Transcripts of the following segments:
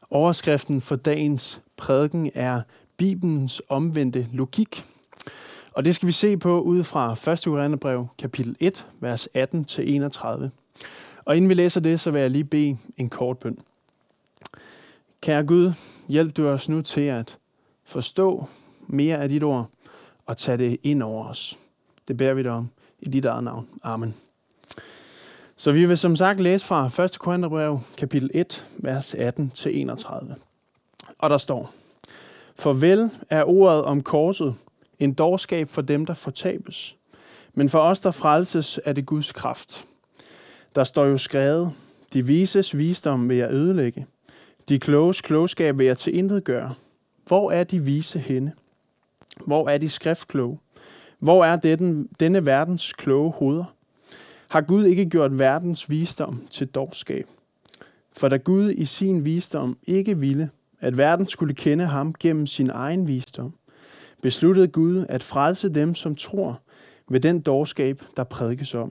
Overskriften for dagens prædiken er Bibelens omvendte logik. Og det skal vi se på ud fra 1. Korintherbrev, kapitel 1, vers 18-31. Og inden vi læser det, så vil jeg lige bede en kort bøn. Kære Gud, hjælp du os nu til at forstå mere af dit ord og tage det ind over os. Det beder vi dig om i dit eget navn. Amen. Så vi vil som sagt læse fra 1. Korintherbrev, kapitel 1, vers 18-31. Og der står: Farvel er ordet om korset, en dårskab for dem, der fortabes. Men for os, der frelses, er det Guds kraft. Der står jo skrevet: De vises visdom vil jeg ødelægge. De kloges klogskab vil jeg tilintetgøre. Hvor er de vise henne? Hvor er de skriftkloge? Hvor er denne verdens kloge hoveder? Har Gud ikke gjort verdens visdom til dårskab? For da Gud i sin visdom ikke ville, at verden skulle kende ham gennem sin egen visdom, besluttede Gud at frelse dem, som tror, ved den dårskab, der prædikes om.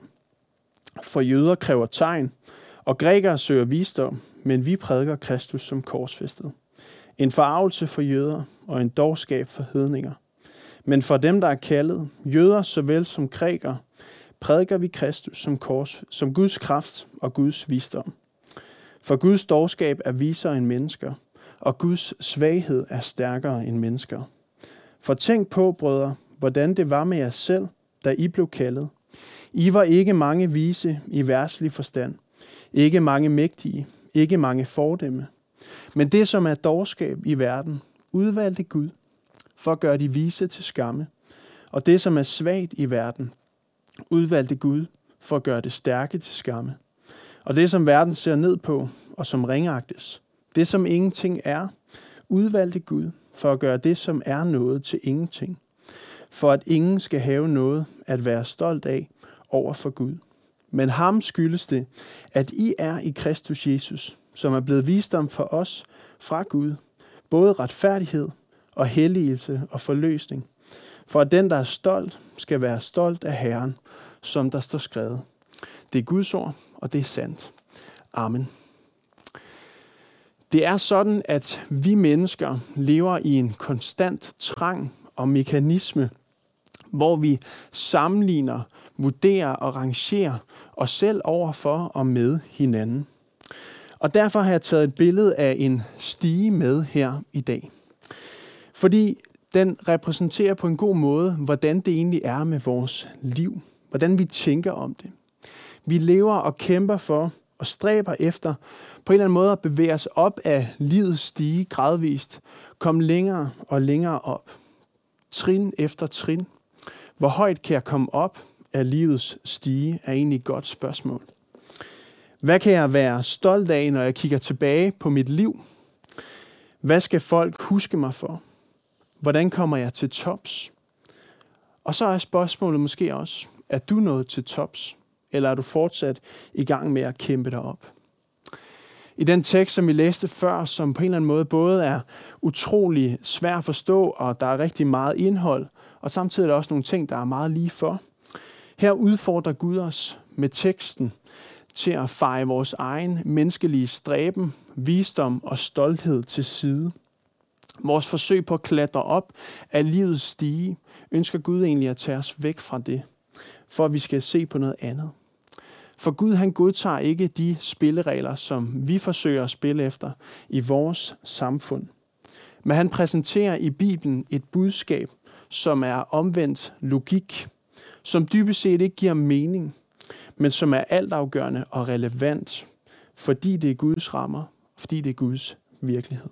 For jøder kræver tegn, og grækere søger visdom, men vi prædiker Kristus som korsfæstet. En forargelse for jøder og en dårskab for hedninger. Men for dem, der er kaldet, jøder såvel som grækere, prædiker vi Kristus som Guds kraft og Guds visdom. For Guds dårskab er visere end mennesker, og Guds svaghed er stærkere end mennesker. For tænk på, brødre, hvordan det var med jer selv, da I blev kaldet. I var ikke mange vise i verdslig forstand, ikke mange mægtige, ikke mange fordemme. Men det, som er dårskab i verden, udvalgte Gud for at gøre de vise til skamme. Og det, som er svagt i verden, udvalgte Gud for at gøre det stærke til skamme. Og det, som verden ser ned på, og som ringagtes, det, som ingenting er, udvalgte Gud for at gøre det, som er noget, til ingenting. For at ingen skal have noget at være stolt af over for Gud. Men ham skyldes det, at I er i Kristus Jesus, som er blevet visdom for os fra Gud, både retfærdighed og helligelse og forløsning. For at den, der er stolt, skal være stolt af Herren, som der står skrevet. Det er Guds ord, og det er sandt. Amen. Det er sådan, at vi mennesker lever i en konstant trang og mekanisme, hvor vi sammenligner, vurderer og rangerer os selv overfor og med hinanden. Og derfor har jeg taget et billede af en stige med her i dag. Fordi den repræsenterer på en god måde, hvordan det egentlig er med vores liv. Hvordan vi tænker om det. Vi lever og kæmper for og stræber efter på en eller anden måde at bevæge os op af livets stige gradvist. Komme længere og længere op. Trin efter trin. Hvor højt kan jeg komme op af livets stige er egentlig et godt spørgsmål. Hvad kan jeg være stolt af, når jeg kigger tilbage på mit liv? Hvad skal folk huske mig for? Hvordan kommer jeg til tops? Og så er spørgsmålet måske også, er du nået til tops? Eller er du fortsat i gang med at kæmpe dig op? I den tekst, som vi læste før, som på en eller anden måde både er utrolig svær at forstå, og der er rigtig meget indhold, og samtidig er der også nogle ting, der er meget lige for. Her udfordrer Gud os med teksten til at feje vores egen menneskelige stræben, visdom og stolthed til side. Vores forsøg på at klatre op af livets stige, ønsker Gud egentlig at tage os væk fra det, for at vi skal se på noget andet. For Gud, han godtager ikke de spilleregler, som vi forsøger at spille efter i vores samfund. Men han præsenterer i Bibelen et budskab, som er omvendt logik, som dybest set ikke giver mening, men som er altafgørende og relevant, fordi det er Guds rammer, fordi det er Guds virkelighed.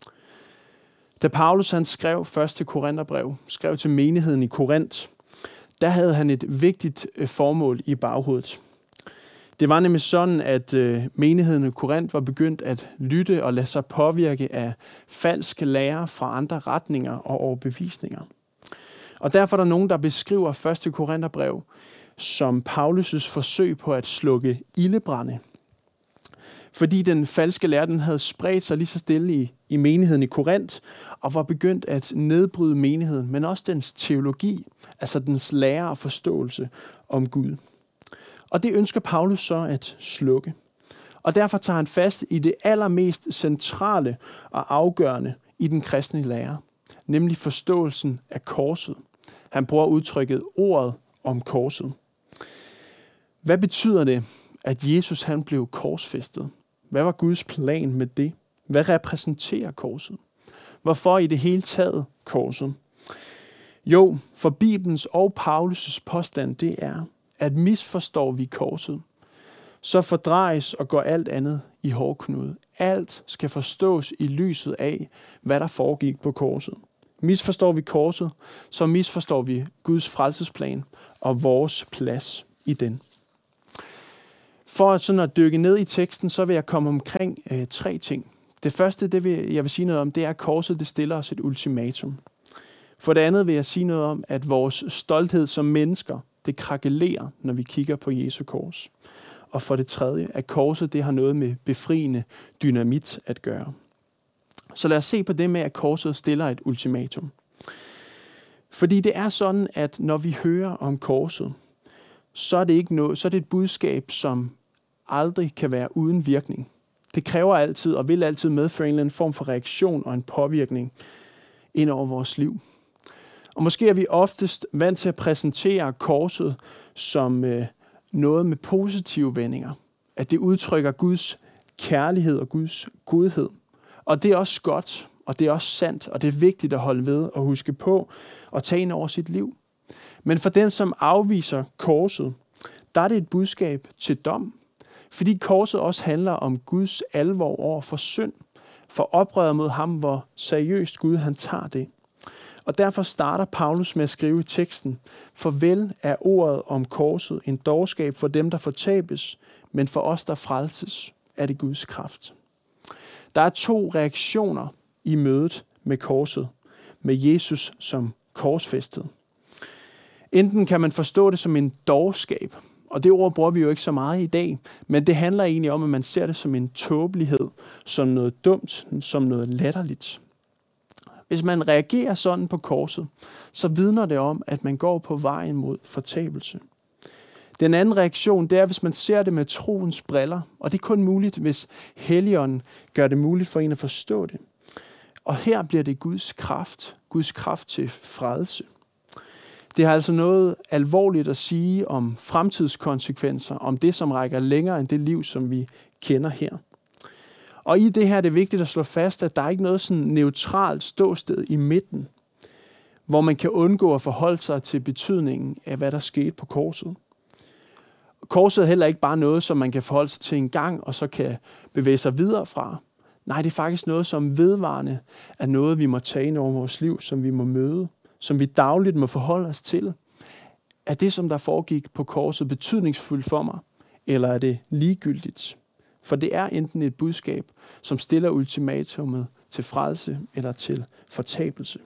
Da Paulus han skrev 1. Korintherbrev, skrev til menigheden i Korinth, der havde han et vigtigt formål i baghovedet. Det var nemlig sådan, at menigheden i Korinth var begyndt at lytte og lade sig påvirke af falske lærer fra andre retninger og overbevisninger. Og derfor er der nogen, der beskriver 1. Korintherbrev som Paulus' forsøg på at slukke ildebrande. Fordi den falske lære, den havde spredt sig lige så stille i menigheden i Korinth, og var begyndt at nedbryde menigheden, men også dens teologi, altså dens lære og forståelse om Gud. Og det ønsker Paulus så at slukke. Og derfor tager han fast i det allermest centrale og afgørende i den kristne lære, nemlig forståelsen af korset. Han bruger udtrykket ordet om korset. Hvad betyder det, at Jesus han blev korsfæstet? Hvad var Guds plan med det? Hvad repræsenterer korset? Hvorfor i det hele taget korset? Jo, for Bibelens og Paulus' påstand, det er, at misforstår vi korset, så fordrejes og går alt andet i hårdknude. Alt skal forstås i lyset af, hvad der foregik på korset. Misforstår vi korset, så misforstår vi Guds frelsesplan og vores plads i den. For sådan at dykke ned i teksten, så vil jeg komme omkring 3 ting. Det første, jeg vil sige noget om, det er, at korset det stiller os et ultimatum. For det andet vil jeg sige noget om, at vores stolthed som mennesker, det krakelerer, når vi kigger på Jesu kors. Og for det tredje, at korset det har noget med befriende dynamit at gøre. Så lad os se på det med, at korset stiller et ultimatum. Fordi det er sådan, at når vi hører om korset, så er det et budskab, som aldrig kan være uden virkning. Det kræver altid og vil altid medføre en eller anden form for reaktion og en påvirkning ind over vores liv. Og måske er vi oftest vant til at præsentere korset som noget med positive vendinger. At det udtrykker Guds kærlighed og Guds godhed. Og det er også godt, og det er også sandt, og det er vigtigt at holde ved og huske på og tage ind over sit liv. Men for den, som afviser korset, der er det et budskab til dom. Fordi korset også handler om Guds alvor over for synd, for oprøret mod ham, hvor seriøst Gud han tager det. Og derfor starter Paulus med at skrive i teksten, farvel er ordet om korset en dårskab for dem, der fortabes, men for os, der frelses, er det Guds kraft. Der er 2 reaktioner i mødet med korset, med Jesus som korsfæstet. Enten kan man forstå det som en dårskab, og det ord bruger vi jo ikke så meget i dag, men det handler egentlig om, at man ser det som en tåbelighed, som noget dumt, som noget latterligt. Hvis man reagerer sådan på korset, så vidner det om, at man går på vejen mod fortabelse. Den anden reaktion, det er, hvis man ser det med troens briller, og det er kun muligt, hvis Helligånden gør det muligt for en at forstå det. Og her bliver det Guds kraft til frelse. Det har altså noget alvorligt at sige om fremtidskonsekvenser, om det, som rækker længere end det liv, som vi kender her. Og i det her er det vigtigt at slå fast, at der er ikke noget sådan neutralt ståsted i midten, hvor man kan undgå at forholde sig til betydningen af, hvad der skete på korset. Korset er heller ikke bare noget, som man kan forholde sig til en gang, og så kan bevæge sig videre fra. Nej, det er faktisk noget, som vedvarende er noget, vi må tage ind over vores liv, som vi må møde, som vi dagligt må forholde os til. Er det, som der foregik på korset, betydningsfuldt for mig, eller er det ligegyldigt? For det er enten et budskab, som stiller ultimatumet til frelse eller til fortabelse.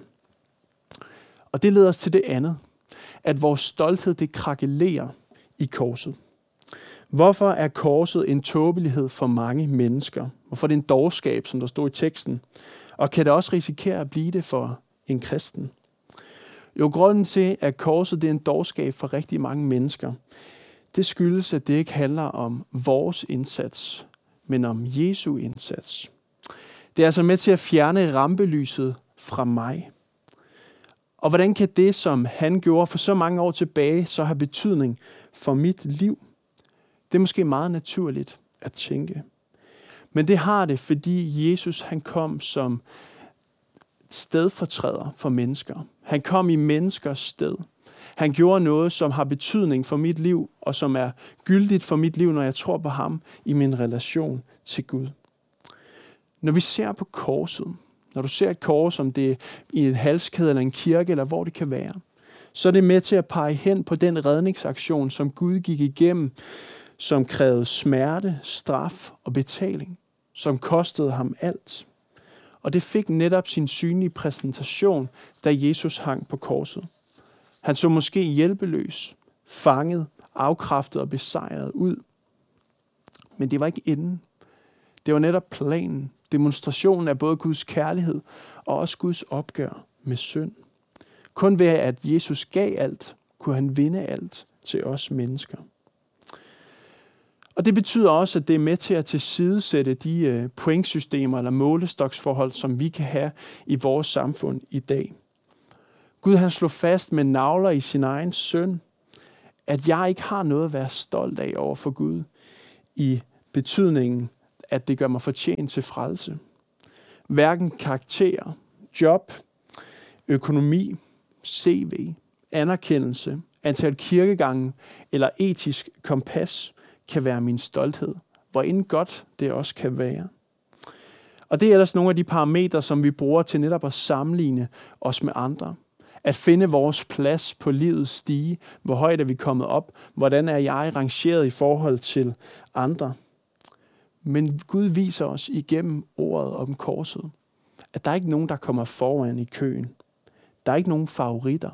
Og det leder os til det andet, at vores stolthed det krakelerer i korset. Hvorfor er korset en tåbelighed for mange mennesker? Hvorfor er det en dårskab, som der står i teksten? Og kan det også risikere at blive det for en kristen? Jo, grunden til, at korset det er en dårskab for rigtig mange mennesker, det skyldes, at det ikke handler om vores indsats, men om Jesu indsats. Det er altså med til at fjerne rampelyset fra mig. Og hvordan kan det, som han gjorde for så mange år tilbage, så have betydning for mit liv? Det er måske meget naturligt at tænke. Men det har det, fordi Jesus han kom som stedfortræder for mennesker. Han kom i menneskers sted. Han gjorde noget, som har betydning for mit liv, og som er gyldigt for mit liv, når jeg tror på ham i min relation til Gud. Når vi ser på korset, når du ser et kors, om det er i en halskæde eller en kirke, eller hvor det kan være, så er det med til at pege hen på den redningsaktion, som Gud gik igennem, som krævede smerte, straf og betaling, som kostede ham alt. Og det fik netop sin synlige præsentation, da Jesus hang på korset. Han så måske hjælpeløs, fanget, afkræftet og besejret ud. Men det var ikke enden. Det var netop planen, demonstrationen af både Guds kærlighed og også Guds opgør med synd. Kun ved at Jesus gav alt, kunne han vinde alt til os mennesker. Og det betyder også, at det er med til at tilsidesætte de pointsystemer eller målestoksforhold, som vi kan have i vores samfund i dag. Gud han slog fast med nagler i sin egen søn, at jeg ikke har noget at være stolt af over for Gud, i betydningen, at det gør mig fortjent til frelse. Hverken karakterer, job, økonomi, CV, anerkendelse, antal kirkegange eller etisk kompas kan være min stolthed, hvor end godt det også kan være. Og det er ellers nogle af de parametre, som vi bruger til netop at sammenligne os med andre. At finde vores plads på livets stige. Hvor højt er vi kommet op? Hvordan er jeg rangeret i forhold til andre? Men Gud viser os igennem ordet om korset, at der er ikke nogen, der kommer foran i køen. Der er ikke nogen favoritter.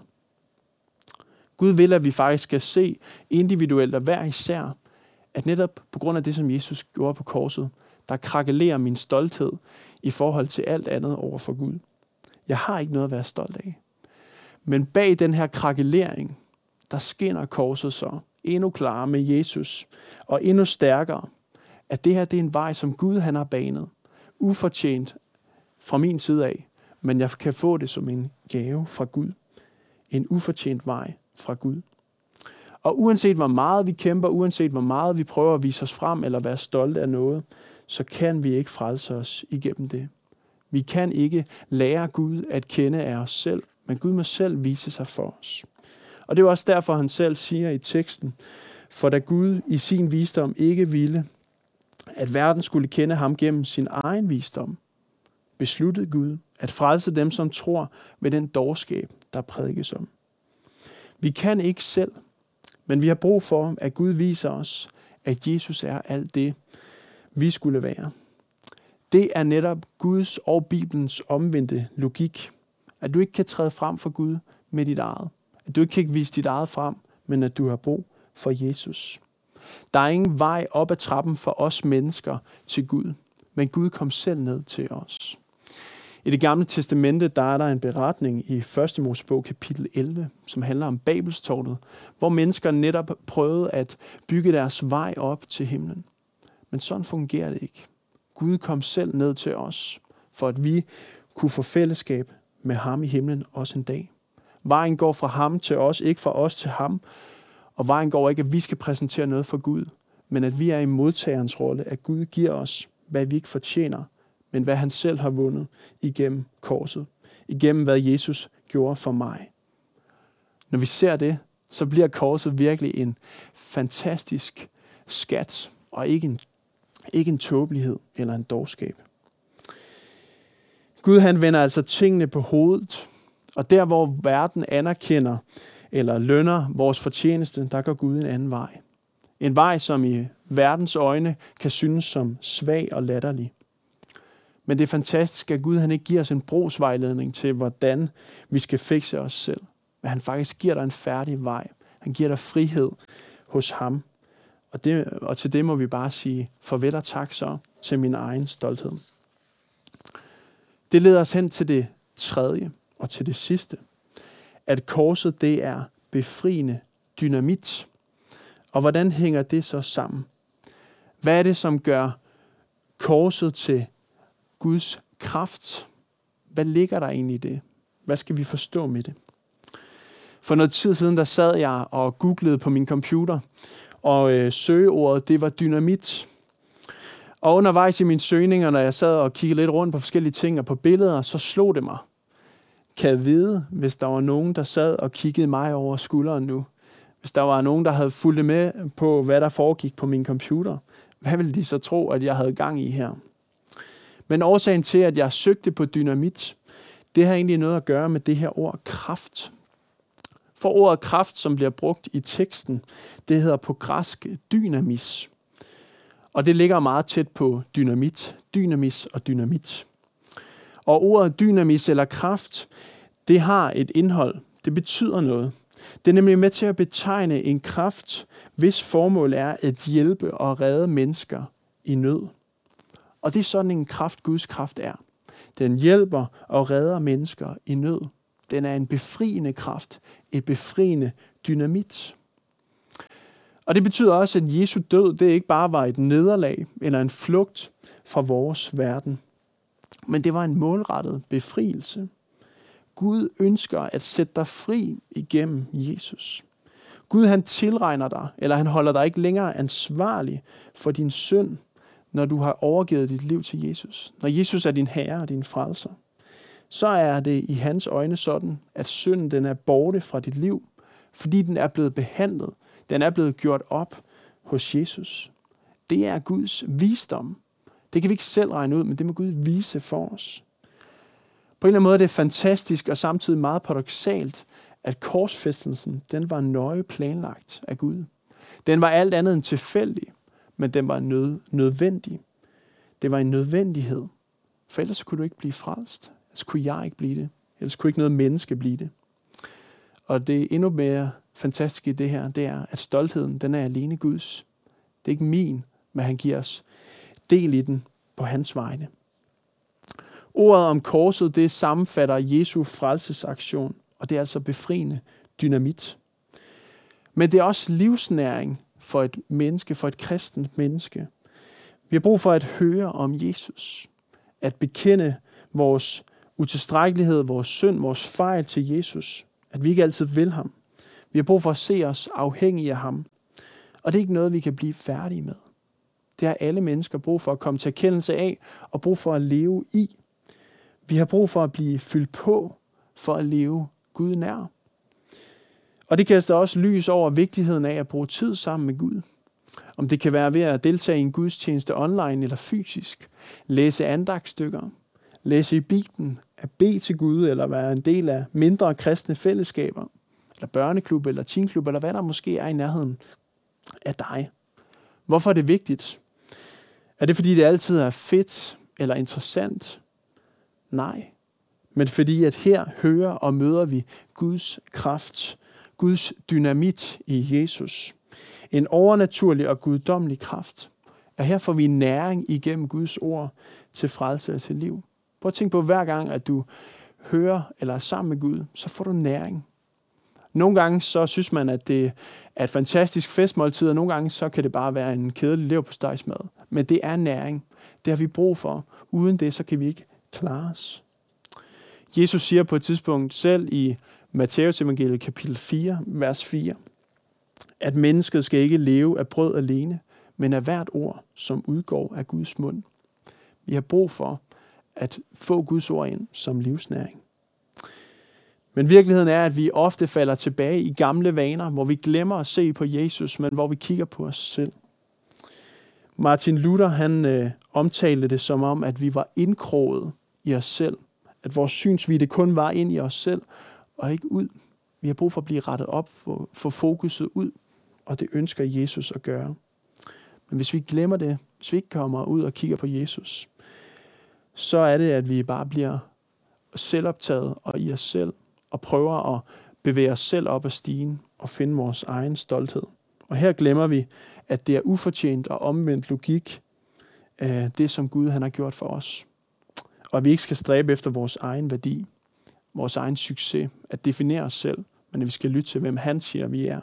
Gud vil, at vi faktisk skal se individuelt og hver især, at netop på grund af det, som Jesus gjorde på korset, der krakelerer min stolthed i forhold til alt andet over for Gud. Jeg har ikke noget at være stolt af. Men bag den her krakelering, der skinner korset så endnu klarere med Jesus, og endnu stærkere, at det her det er en vej, som Gud han har banet, ufortjent fra min side af, men jeg kan få det som en gave fra Gud. En ufortjent vej fra Gud. Og uanset hvor meget vi kæmper, uanset hvor meget vi prøver at vise os frem eller være stolte af noget, så kan vi ikke frelse os igennem det. Vi kan ikke lære Gud at kende af os selv, men Gud må selv vise sig for os. Og det er også derfor, han selv siger i teksten, for da Gud i sin visdom ikke ville, at verden skulle kende ham gennem sin egen visdom, besluttede Gud at frelse dem, som tror med den dårskab, der prædikes om. Vi kan ikke selv, men vi har brug for, at Gud viser os, at Jesus er alt det, vi skulle være. Det er netop Guds og Bibelens omvendte logik. At du ikke kan træde frem for Gud med dit eget. At du ikke kan vise dit eget frem, men at du har brug for Jesus. Der er ingen vej op ad trappen for os mennesker til Gud, men Gud kom selv ned til os. I Det Gamle Testamente, der er der en beretning i 1. Mosebog kapitel 11, som handler om Babelstårnet, hvor mennesker netop prøvede at bygge deres vej op til himlen. Men sådan fungerer det ikke. Gud kom selv ned til os, for at vi kunne få fællesskab med ham i himlen også en dag. Vejen går fra ham til os, ikke fra os til ham. Og vejen går ikke, at vi skal præsentere noget for Gud, men at vi er i modtagerens rolle, at Gud giver os, hvad vi ikke fortjener, men hvad han selv har vundet igennem korset. Igennem hvad Jesus gjorde for mig. Når vi ser det, så bliver korset virkelig en fantastisk skat, og ikke en tåbelighed eller en dårskab. Gud han vender altså tingene på hovedet, og der hvor verden anerkender eller lønner vores fortjeneste, der går Gud en anden vej. En vej, som i verdens øjne kan synes som svag og latterlig. Men det er fantastisk, at Gud han ikke giver os en brugsvejledning til, hvordan vi skal fikse os selv. Men han faktisk giver dig en færdig vej. Han giver dig frihed hos ham. Og til det må vi bare sige farvel og tak så til min egen stolthed. Det leder os hen til det tredje og til det sidste. At korset det er befriende dynamit. Og hvordan hænger det så sammen? Hvad er det, som gør korset til Guds kraft? Hvad ligger der egentlig i det? Hvad skal vi forstå med det? For noget tid siden, der sad jeg og googlede på min computer, og søgeordet, det var dynamit. Og undervejs i mine søgninger, når jeg sad og kiggede lidt rundt på forskellige ting og på billeder, så slog det mig. Kan jeg vide, hvis der var nogen, der sad og kiggede mig over skulderen nu? Hvis der var nogen, der havde fulgt med på, hvad der foregik på min computer, hvad ville de så tro, at jeg havde gang i her? Men årsagen til, at jeg søgte på dynamit, det har egentlig noget at gøre med det her ord kraft. For ordet kraft, som bliver brugt i teksten, det hedder på græsk dynamis. Og det ligger meget tæt på dynamit, dynamis og dynamit. Og ordet dynamis eller kraft, det har et indhold. Det betyder noget. Det er nemlig med til at betegne en kraft, hvis formål er at hjælpe og redde mennesker i nød. Og det er sådan en kraft, Guds kraft er. Den hjælper og redder mennesker i nød. Den er en befriende kraft, et befriende dynamit. Og det betyder også, at Jesu død, det ikke bare var et nederlag eller en flugt fra vores verden, men det var en målrettet befrielse. Gud ønsker at sætte dig fri igennem Jesus. Gud han tilregner dig, eller han holder dig ikke længere ansvarlig for din synd, når du har overgivet dit liv til Jesus. Når Jesus er din herre og din frelser, så er det i hans øjne sådan, at synden den er borte fra dit liv, fordi den er blevet behandlet. Den er blevet gjort op hos Jesus. Det er Guds visdom. Det kan vi ikke selv regne ud, men det må Gud vise for os. På en eller anden måde er det fantastisk og samtidig meget paradoksalt, at korsfæstelsen, den var nøje planlagt af Gud. Den var alt andet end tilfældig, men den var nødvendig. Det var en nødvendighed. For ellers kunne du ikke blive frelst. Ellers kunne jeg ikke blive det. Ellers kunne ikke noget menneske blive det. Og det endnu mere fantastiske i det her, det er, at stoltheden, den er alene Guds. Det er ikke min, men han giver os del i den på hans vegne. Ordet om korset, det sammenfatter Jesu frelsesaktion, og det er altså befriende dynamit. Men det er også livsnæring for et menneske, for et kristent menneske. Vi har brug for at høre om Jesus, at bekende vores utilstrækkelighed, vores synd, vores fejl til Jesus, at vi ikke altid vil ham. Vi har brug for at se os afhængige af ham, og det er ikke noget, vi kan blive færdige med. Det har alle mennesker brug for at komme til erkendelse af, og brug for at leve i. Vi har brug for at blive fyldt på, for at leve Gud nær. Og det kaster også lys over vigtigheden af at bruge tid sammen med Gud. Om det kan være ved at deltage i en gudstjeneste online eller fysisk, læse andagtstykker, læse i Bibelen, at bede til Gud, eller være en del af mindre kristne fællesskaber, eller børneklub, eller teenklub, eller hvad der måske er i nærheden af dig. Hvorfor er det vigtigt? Er det fordi det altid er fedt eller interessant? Nej. Men fordi at her hører og møder vi Guds kraft, Guds dynamit i Jesus. En overnaturlig og guddommelig kraft. Og her får vi næring igennem Guds ord til frelse og til liv. Prøv at tænke på, hver gang, at du hører eller er sammen med Gud, så får du næring. Nogle gange så synes man, at det er et fantastisk festmåltid, og nogle gange så kan det bare være en kedelig leverpostejsmad. Men det er næring. Det har vi brug for. Uden det, så kan vi ikke klare os. Jesus siger på et tidspunkt selv i Matthæus evangeliet kapitel 4, vers 4, at mennesket skal ikke leve af brød alene, men af hvert ord, som udgår af Guds mund. Vi har brug for at få Guds ord ind som livsnæring. Men virkeligheden er, at vi ofte falder tilbage i gamle vaner, hvor vi glemmer at se på Jesus, men hvor vi kigger på os selv. Martin Luther, han omtalte det som om, at vi var indkroget i os selv. At vores synsvidde kun var ind i os selv, og ikke ud. Vi har brug for at blive rettet op, få fokuset ud, og det ønsker Jesus at gøre. Men hvis vi glemmer det, hvis vi ikke kommer ud og kigger på Jesus, så er det, at vi bare bliver selvoptaget og i os selv, og prøver at bevæge os selv op ad stigen og finde vores egen stolthed. Og her glemmer vi, at det er ufortjent og omvendt logik, det som Gud han har gjort for os. Og at vi ikke skal stræbe efter vores egen værdi, vores egen succes, at definere os selv, men at vi skal lytte til, hvem han siger, vi er.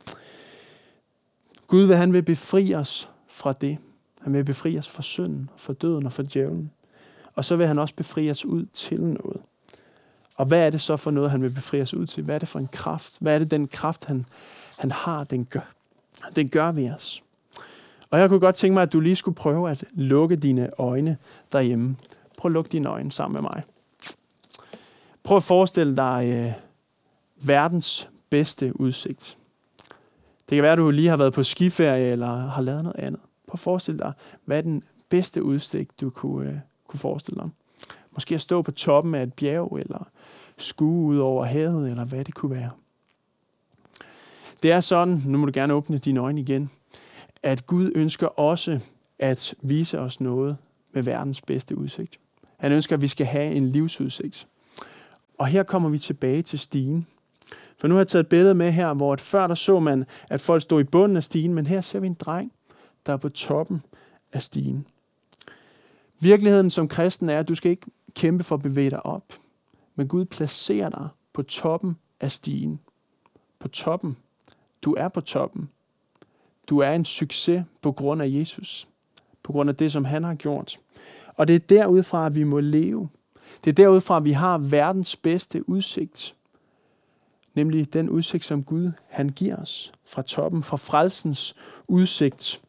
Gud han vil befri os fra det. Han vil befri os fra synden, fra døden og fra djævlen. Og så vil han også befri os ud til noget. Og hvad er det så for noget, han vil befri os ud til? Hvad er det for en kraft? Hvad er det, den kraft, han har, den gør ved os? Og jeg kunne godt tænke mig, at du lige skulle prøve at lukke dine øjne derhjemme. Prøv at lukke dine øjne sammen med mig. Prøv at forestille dig verdens bedste udsigt. Det kan være, at du lige har været på skiferie eller har lavet noget andet. Prøv at forestille dig, hvad er den bedste udsigt, du kunne forestille dig. Måske at stå på toppen af et bjerg, eller skue ud over havet, eller hvad det kunne være. Det er sådan, nu må du gerne åbne dine øjne igen, at Gud ønsker også at vise os noget med verdens bedste udsigt. Han ønsker, at vi skal have en livsudsigt. Og her kommer vi tilbage til stigen. For nu har jeg taget et billede med her, hvor før der så man, at folk stod i bunden af stigen, men her ser vi en dreng, der er på toppen af stigen. Virkeligheden som kristen er, at du skal ikke kæmpe for at bevæge dig op, men Gud placerer dig på toppen af stigen. På toppen. Du er på toppen. du er en succes på grund af Jesus. På grund af det, som han har gjort. Og det er derudfra, at vi må leve. Det er derudfra, at vi har verdens bedste udsigt. Nemlig den udsigt, som Gud han giver os fra toppen, fra frelsens udsigt.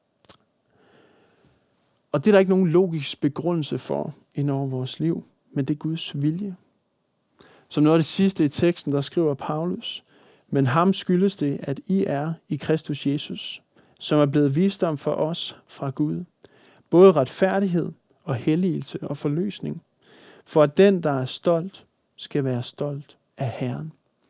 Og det er der ikke nogen logisk begrundelse for ind over vores liv, men det er Guds vilje. Som noget af det sidste i teksten, der skriver Paulus, men ham skyldes det, at I er i Kristus Jesus, som er blevet visdom for os fra Gud. Både retfærdighed og helligelse og forløsning. For at den, der er stolt, skal være stolt af Herren.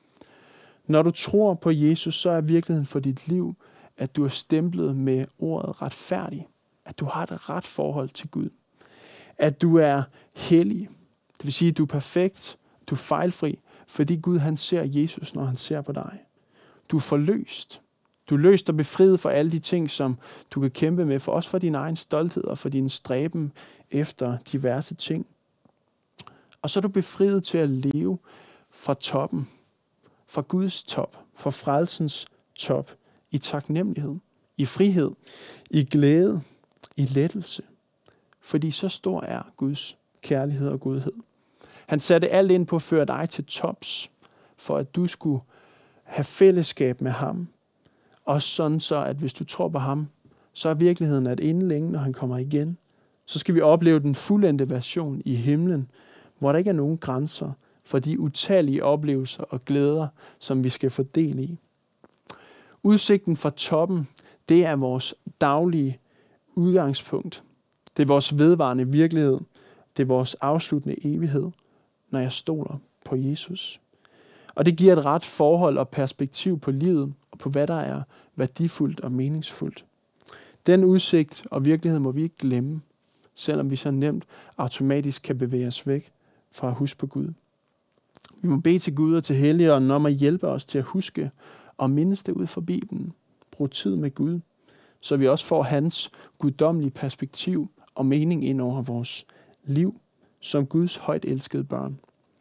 Når du tror på Jesus, så er virkeligheden for dit liv, at du er stemplet med ordet retfærdig. At du har et ret forhold til Gud. At du er hellig. Det vil sige, at du er perfekt, du er fejlfri, fordi Gud han ser Jesus, når han ser på dig. Du er forløst. Du er løst og befriet for alle de ting, som du kan kæmpe med, for også for din egen stolthed og for din stræben efter diverse ting. Og så er du befriet til at leve fra toppen, fra Guds top, fra frelsens top, i taknemmelighed, i frihed, i glæde, i lettelse. Fordi så stor er Guds kærlighed og godhed. Han satte alt ind på at føre dig til tops, for at du skulle have fællesskab med ham. Og sådan så, at hvis du tror på ham, så er virkeligheden, at inden længe, når han kommer igen, så skal vi opleve den fuldendte version i himlen, hvor der ikke er nogen grænser for de utallige oplevelser og glæder, som vi skal få del i. Udsigten fra toppen, det er vores daglige udgangspunkt. Det er vores vedvarende virkelighed. Det er vores afsluttende evighed, når jeg stoler på Jesus. Og det giver et ret forhold og perspektiv på livet, og på hvad der er værdifuldt og meningsfuldt. Den udsigt og virkelighed må vi ikke glemme, selvom vi så nemt automatisk kan bevæge os væk fra at huske på Gud. Vi må bede til Gud og til Helligånden om at hjælpe os til at huske og mindes det ud fra Bibelen. Brug tid med Gud, så vi også får hans guddommelige perspektiv og mening ind over vores liv som Guds højt elskede børn.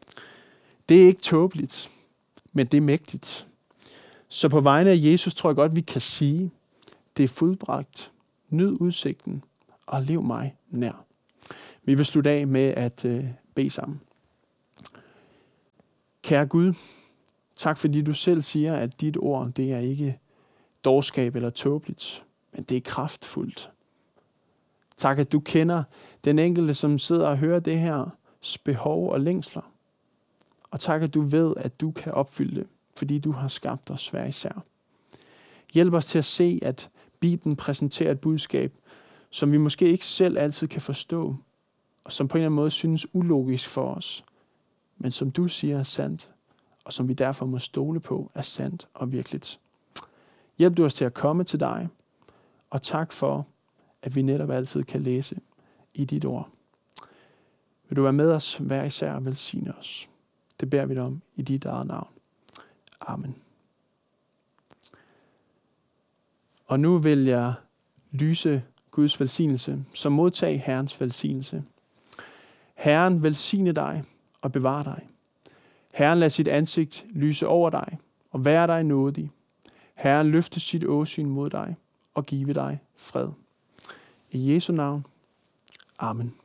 Det er ikke tåbeligt, men det er mægtigt. Så på vegne af Jesus tror jeg godt, vi kan sige, det er fuldbragt. Nyd udsigten og lev mig nær. Vi vil slutte af med at bede sammen. Kære Gud, tak fordi du selv siger, at dit ord, det er ikke dårskab eller tåbeligt, men det er kraftfuldt. Tak, at du kender den enkelte, som sidder og hører det her behov og længsler. Og tak, at du ved, at du kan opfylde det, fordi du har skabt os hver især. Hjælp os til at se, at Bibelen præsenterer et budskab, som vi måske ikke selv altid kan forstå, og som på en eller anden måde synes ulogisk for os, men som du siger er sandt, og som vi derfor må stole på er sandt og virkeligt. Hjælp du os til at komme til dig, og tak for, at vi netop altid kan læse i dit ord. Vil du være med os hver især og velsigne os? Det beder vi dig om i dit eget navn. Amen. Og nu vil jeg lyse Guds velsignelse, så modtag Herrens velsignelse. Herren velsigne dig og bevare dig. Herren lad sit ansigt lyse over dig og være dig nådig. Herren løfte sit åsyn mod dig og give dig fred. I Jesu navn. Amen.